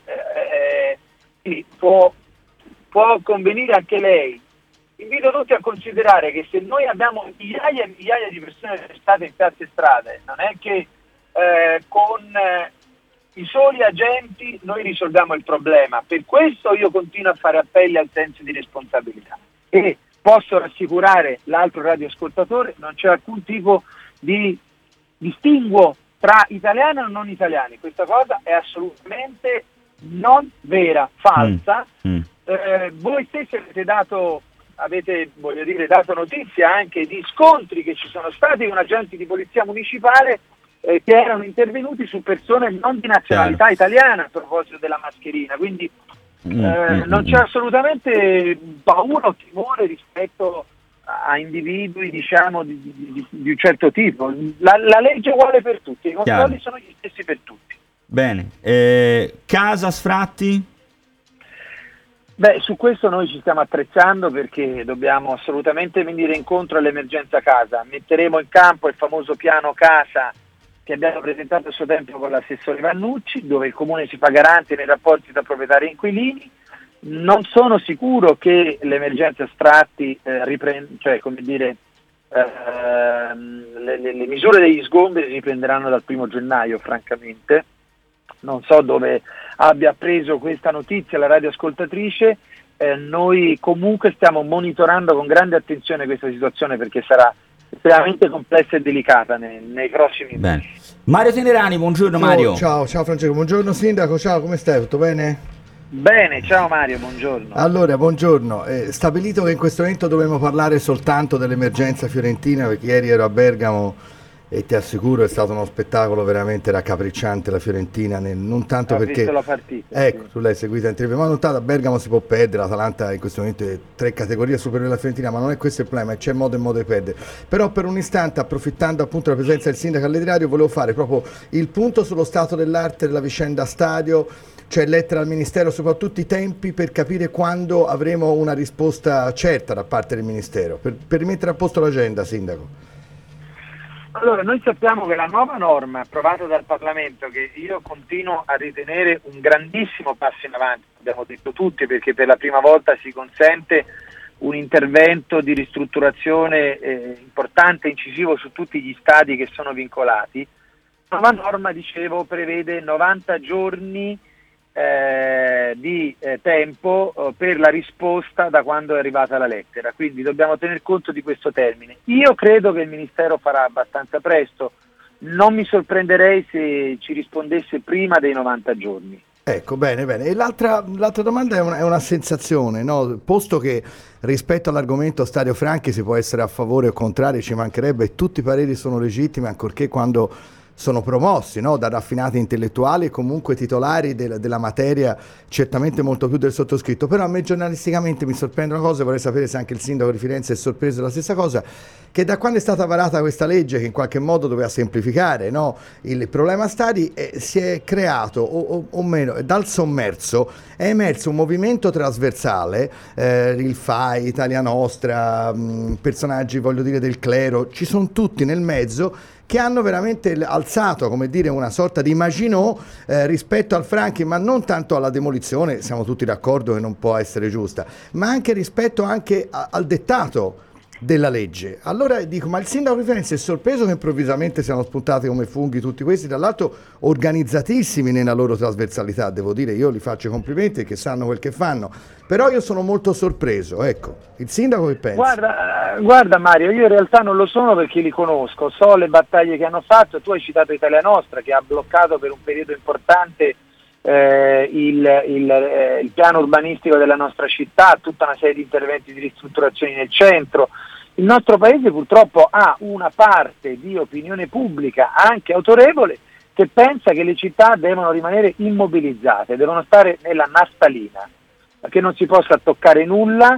sì, può convenire anche lei, invito tutti a considerare che se noi abbiamo migliaia e migliaia di persone arrestate in piazze e strade, non è che con i soli agenti noi risolviamo il problema. Per questo io continuo a fare appelli al senso di responsabilità e posso rassicurare l'altro radioascoltatore, non c'è alcun tipo di distinguo tra italiani e non italiani, questa cosa è assolutamente non vera, falsa. Voi stessi avete dato notizia anche di scontri che ci sono stati con agenti di polizia municipale che erano intervenuti su persone non di nazionalità italiana a proposito della mascherina, quindi non c'è assolutamente paura o timore rispetto a individui, diciamo, di un certo tipo. La legge è uguale per tutti, i controlli sono gli stessi per tutti. Bene, casa, sfratti? Beh, su questo noi ci stiamo attrezzando perché dobbiamo assolutamente venire incontro all'emergenza casa. Metteremo in campo il famoso piano casa che abbiamo presentato a suo tempo con l'assessore Vannucci, dove il comune si fa garante nei rapporti tra proprietari e inquilini. Non sono sicuro che l'emergenza sfratti le misure degli sgomberi riprenderanno dal 1° gennaio, francamente. Non so dove abbia preso questa notizia la radioascoltatrice. Noi comunque stiamo monitorando con grande attenzione questa situazione perché sarà estremamente complessa e delicata nei prossimi mesi. Mario Tenerani, buongiorno. Mario. Ciao Francesco, buongiorno sindaco, ciao, come stai? Tutto bene? Bene, ciao Mario, buongiorno. Allora, buongiorno. Stabilito che in questo momento dovremmo parlare soltanto dell'emergenza fiorentina, perché ieri ero a Bergamo e ti assicuro è stato uno spettacolo veramente raccapricciante la Fiorentina, non tanto perché visto la partita, ecco, tu l'hai seguita in TV, ma non tanto a Bergamo si può perdere, l'Atalanta in questo momento è 3 categorie superiori alla Fiorentina, ma non è questo il problema, c'è modo e modo di perdere. Però per un istante, approfittando appunto della presenza del sindaco all'Ediradio, volevo fare proprio il punto sullo stato dell'arte della vicenda stadio, cioè lettera al Ministero, soprattutto i tempi per capire quando avremo una risposta certa da parte del Ministero, per rimettere a posto l'agenda, sindaco. Allora, noi sappiamo che la nuova norma approvata dal Parlamento, che io continuo a ritenere un grandissimo passo in avanti, abbiamo detto tutti, perché per la prima volta si consente un intervento di ristrutturazione importante e incisivo su tutti gli stadi che sono vincolati. La nuova norma, dicevo, prevede 90 giorni di tempo per la risposta da quando è arrivata la lettera, quindi dobbiamo tener conto di questo termine. Io credo che il Ministero farà abbastanza presto, non mi sorprenderei se ci rispondesse prima dei 90 giorni. Ecco, bene. E l'altra domanda è una sensazione, no? Posto che rispetto all'argomento Stadio Franchi si può essere a favore o contrario, ci mancherebbe, tutti i pareri sono legittimi, ancorché quando sono promossi, no? Da raffinati intellettuali e comunque titolari della materia, certamente molto più del sottoscritto. Però a me giornalisticamente mi sorprende una cosa, vorrei sapere se anche il sindaco di Firenze è sorpreso della stessa cosa, che da quando è stata varata questa legge che in qualche modo doveva semplificare, no, il problema stadi, si è creato o meno, dal sommerso è emerso un movimento trasversale, il FAI, Italia Nostra, personaggi voglio dire del clero, ci sono tutti nel mezzo, che hanno veramente alzato, come dire, una sorta di Maginot rispetto al Franchi, ma non tanto alla demolizione, siamo tutti d'accordo che non può essere giusta, ma anche rispetto al dettato della legge. Allora dico, ma il sindaco di Firenze è sorpreso che improvvisamente siano spuntati come funghi tutti questi, dall'altro organizzatissimi nella loro trasversalità, devo dire, io li faccio i complimenti perché sanno quel che fanno, però io sono molto sorpreso, ecco. Il sindaco che pensa? Guarda Mario, io in realtà non lo sono perché li conosco, so le battaglie che hanno fatto. Tu hai citato Italia Nostra, che ha bloccato per un periodo importante il piano urbanistico della nostra città, tutta una serie di interventi di ristrutturazioni nel centro. Il nostro paese purtroppo ha una parte di opinione pubblica, anche autorevole, che pensa che le città devono rimanere immobilizzate, devono stare nella naftalina, che non si possa toccare nulla.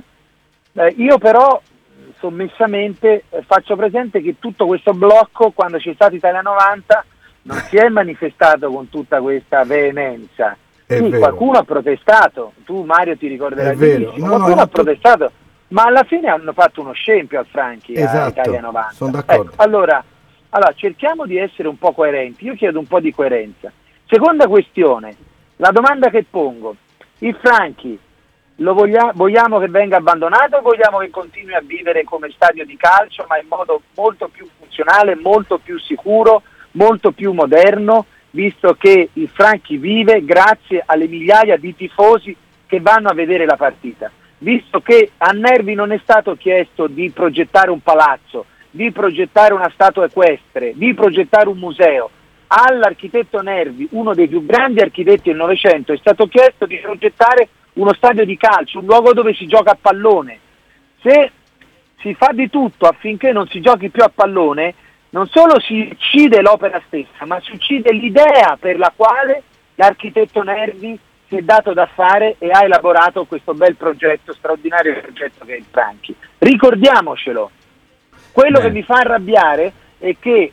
Io però sommessamente faccio presente che tutto questo blocco, quando c'è stato Italia 90, non si è manifestato con tutta questa veemenza. Sì, qualcuno ha protestato, tu Mario ti ricorderai benissimo, qualcuno ha protestato, ma alla fine hanno fatto uno scempio al Franchi, a Italia 90. Sono d'accordo. Allora cerchiamo di essere un po' coerenti, io chiedo un po' di coerenza. Seconda questione, la domanda che pongo, il Franchi vogliamo che venga abbandonato o vogliamo che continui a vivere come stadio di calcio, ma in modo molto più funzionale, molto più sicuro, molto più moderno, visto che il Franchi vive grazie alle migliaia di tifosi che vanno a vedere la partita, visto che a Nervi non è stato chiesto di progettare un palazzo, di progettare una statua equestre, di progettare un museo. All'architetto Nervi, uno dei più grandi architetti del Novecento, è stato chiesto di progettare uno stadio di calcio, un luogo dove si gioca a pallone. Se si fa di tutto affinché non si giochi più a pallone, non solo si uccide l'opera stessa, ma si uccide l'idea per la quale l'architetto Nervi si è dato da fare e ha elaborato questo bel progetto, straordinario progetto che è il Franchi. Ricordiamocelo. Quello che mi fa arrabbiare è che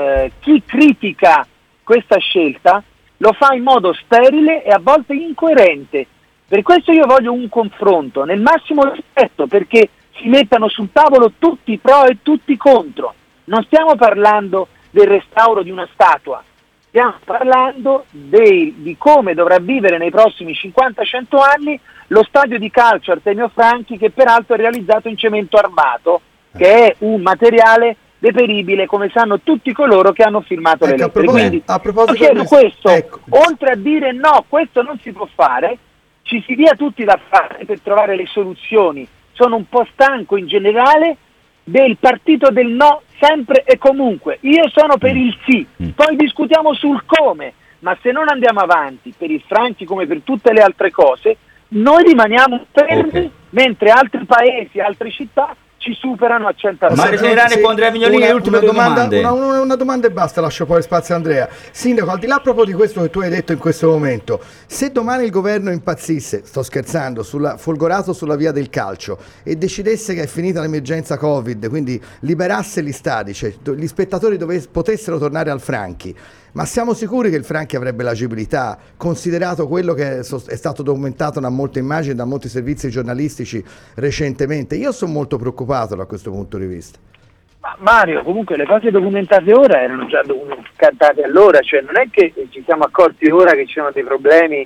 chi critica questa scelta lo fa in modo sterile e a volte incoerente. Per questo io voglio un confronto nel massimo rispetto, perché si mettano sul tavolo tutti i pro e tutti i contro. Non stiamo parlando del restauro di una statua, stiamo parlando di come dovrà vivere nei prossimi 50-100 anni lo stadio di calcio Artemio Franchi, che peraltro è realizzato in cemento armato, che è un materiale deperibile, come sanno tutti coloro che hanno firmato le lettere. Quindi io chiedo questo, oltre a dire no, questo non si può fare, ci si dia tutti da fare per trovare le soluzioni. Sono un po' stanco in generale del partito del no sempre e comunque. Io sono per il sì, poi discutiamo sul come, ma se non andiamo avanti per il Franchi come per tutte le altre cose, noi rimaniamo fermi, mentre altri paesi, altre città ci superano a 100%. Mario Generale e Andrea Vignolini, le ultime domande. Una domanda e basta, lascio poi spazio a Andrea. Sindaco, al di là proprio di questo che tu hai detto in questo momento, se domani il governo impazzisse, sto scherzando, folgorato sulla via del calcio e decidesse che è finita l'emergenza Covid, quindi liberasse gli stadi, cioè gli spettatori potessero tornare al Franchi, ma siamo sicuri che il Franchi avrebbe l'agibilità, considerato quello che è stato documentato da molte immagini, da molti servizi giornalistici recentemente? Io sono molto preoccupato da questo punto di vista. Ma Mario, comunque le cose documentate ora erano già documentate allora, cioè non è che ci siamo accorti ora che ci sono dei problemi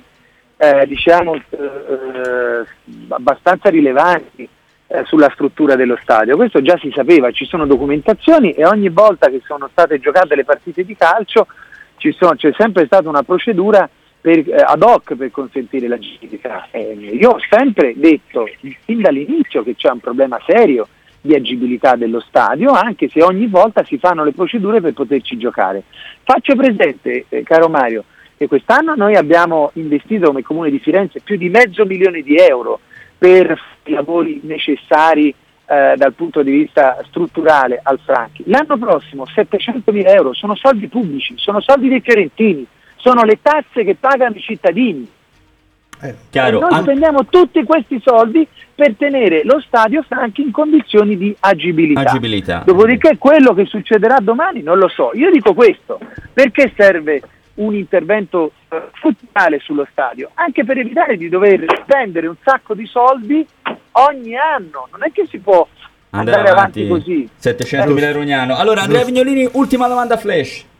abbastanza rilevanti sulla struttura dello stadio. Questo già si sapeva, ci sono documentazioni e ogni volta che sono state giocate le partite di calcio c'è sempre stata una procedura ad hoc per consentire l'agibilità. Io ho sempre detto fin dall'inizio che c'è un problema serio di agibilità dello stadio, anche se ogni volta si fanno le procedure per poterci giocare. Faccio presente, caro Mario, che quest'anno noi abbiamo investito come Comune di Firenze più di €500.000 per i lavori necessari dal punto di vista strutturale al Franchi. L'anno prossimo €700.000, sono soldi pubblici, sono soldi dei fiorentini, sono le tasse che pagano i cittadini. Chiaro. E noi spendiamo tutti questi soldi per tenere lo stadio Franchi in condizioni di agibilità. Dopodiché quello che succederà domani non lo so. Io dico questo, perché serve un intervento strutturale sullo stadio? Anche per evitare di dover spendere un sacco di soldi ogni anno. Non è che si può andare avanti così. €700.000 ogni anno. Allora, Andrea Vignolini, ultima domanda flash.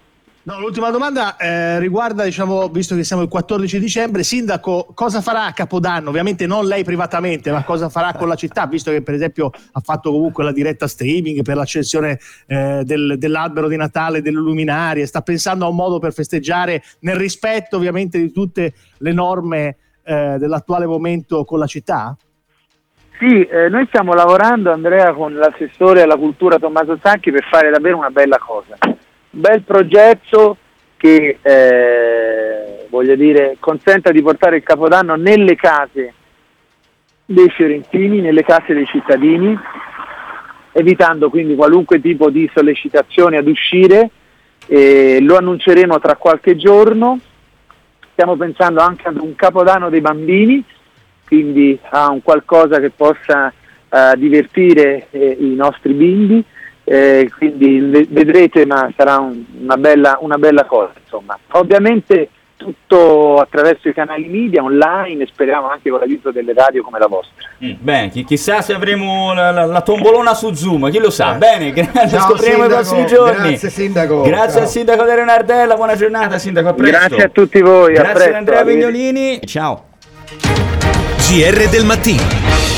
No, l'ultima domanda riguarda, diciamo, visto che siamo il 14 dicembre, Sindaco, cosa farà a Capodanno? Ovviamente non lei privatamente, ma cosa farà con la città, visto che per esempio ha fatto comunque la diretta streaming per l'accensione dell'albero di Natale, delle luminarie, sta pensando a un modo per festeggiare nel rispetto ovviamente di tutte le norme dell'attuale momento con la città? Sì, noi stiamo lavorando, Andrea, con l'assessore alla cultura Tommaso Zacchi per fare davvero una bella cosa. Un bel progetto che voglio dire consenta di portare il Capodanno nelle case dei fiorentini, nelle case dei cittadini, evitando quindi qualunque tipo di sollecitazione ad uscire. Lo annunceremo tra qualche giorno. Stiamo pensando anche ad un Capodanno dei bambini, quindi a un qualcosa che possa divertire i nostri bimbi. Quindi vedrete, ma sarà una bella cosa, insomma. Ovviamente tutto attraverso i canali media online e speriamo anche con l'aiuto delle radio come la vostra. Bene, chissà se avremo la tombolona su Zoom, chi lo sa. Bene, grazie, scopriremo i prossimi giorni. Grazie Sindaco. Grazie al Sindaco Dario Nardella, buona giornata Sindaco, a presto. Grazie a tutti voi, grazie a presto, ad Andrea Vignolini, ciao. GR del mattino.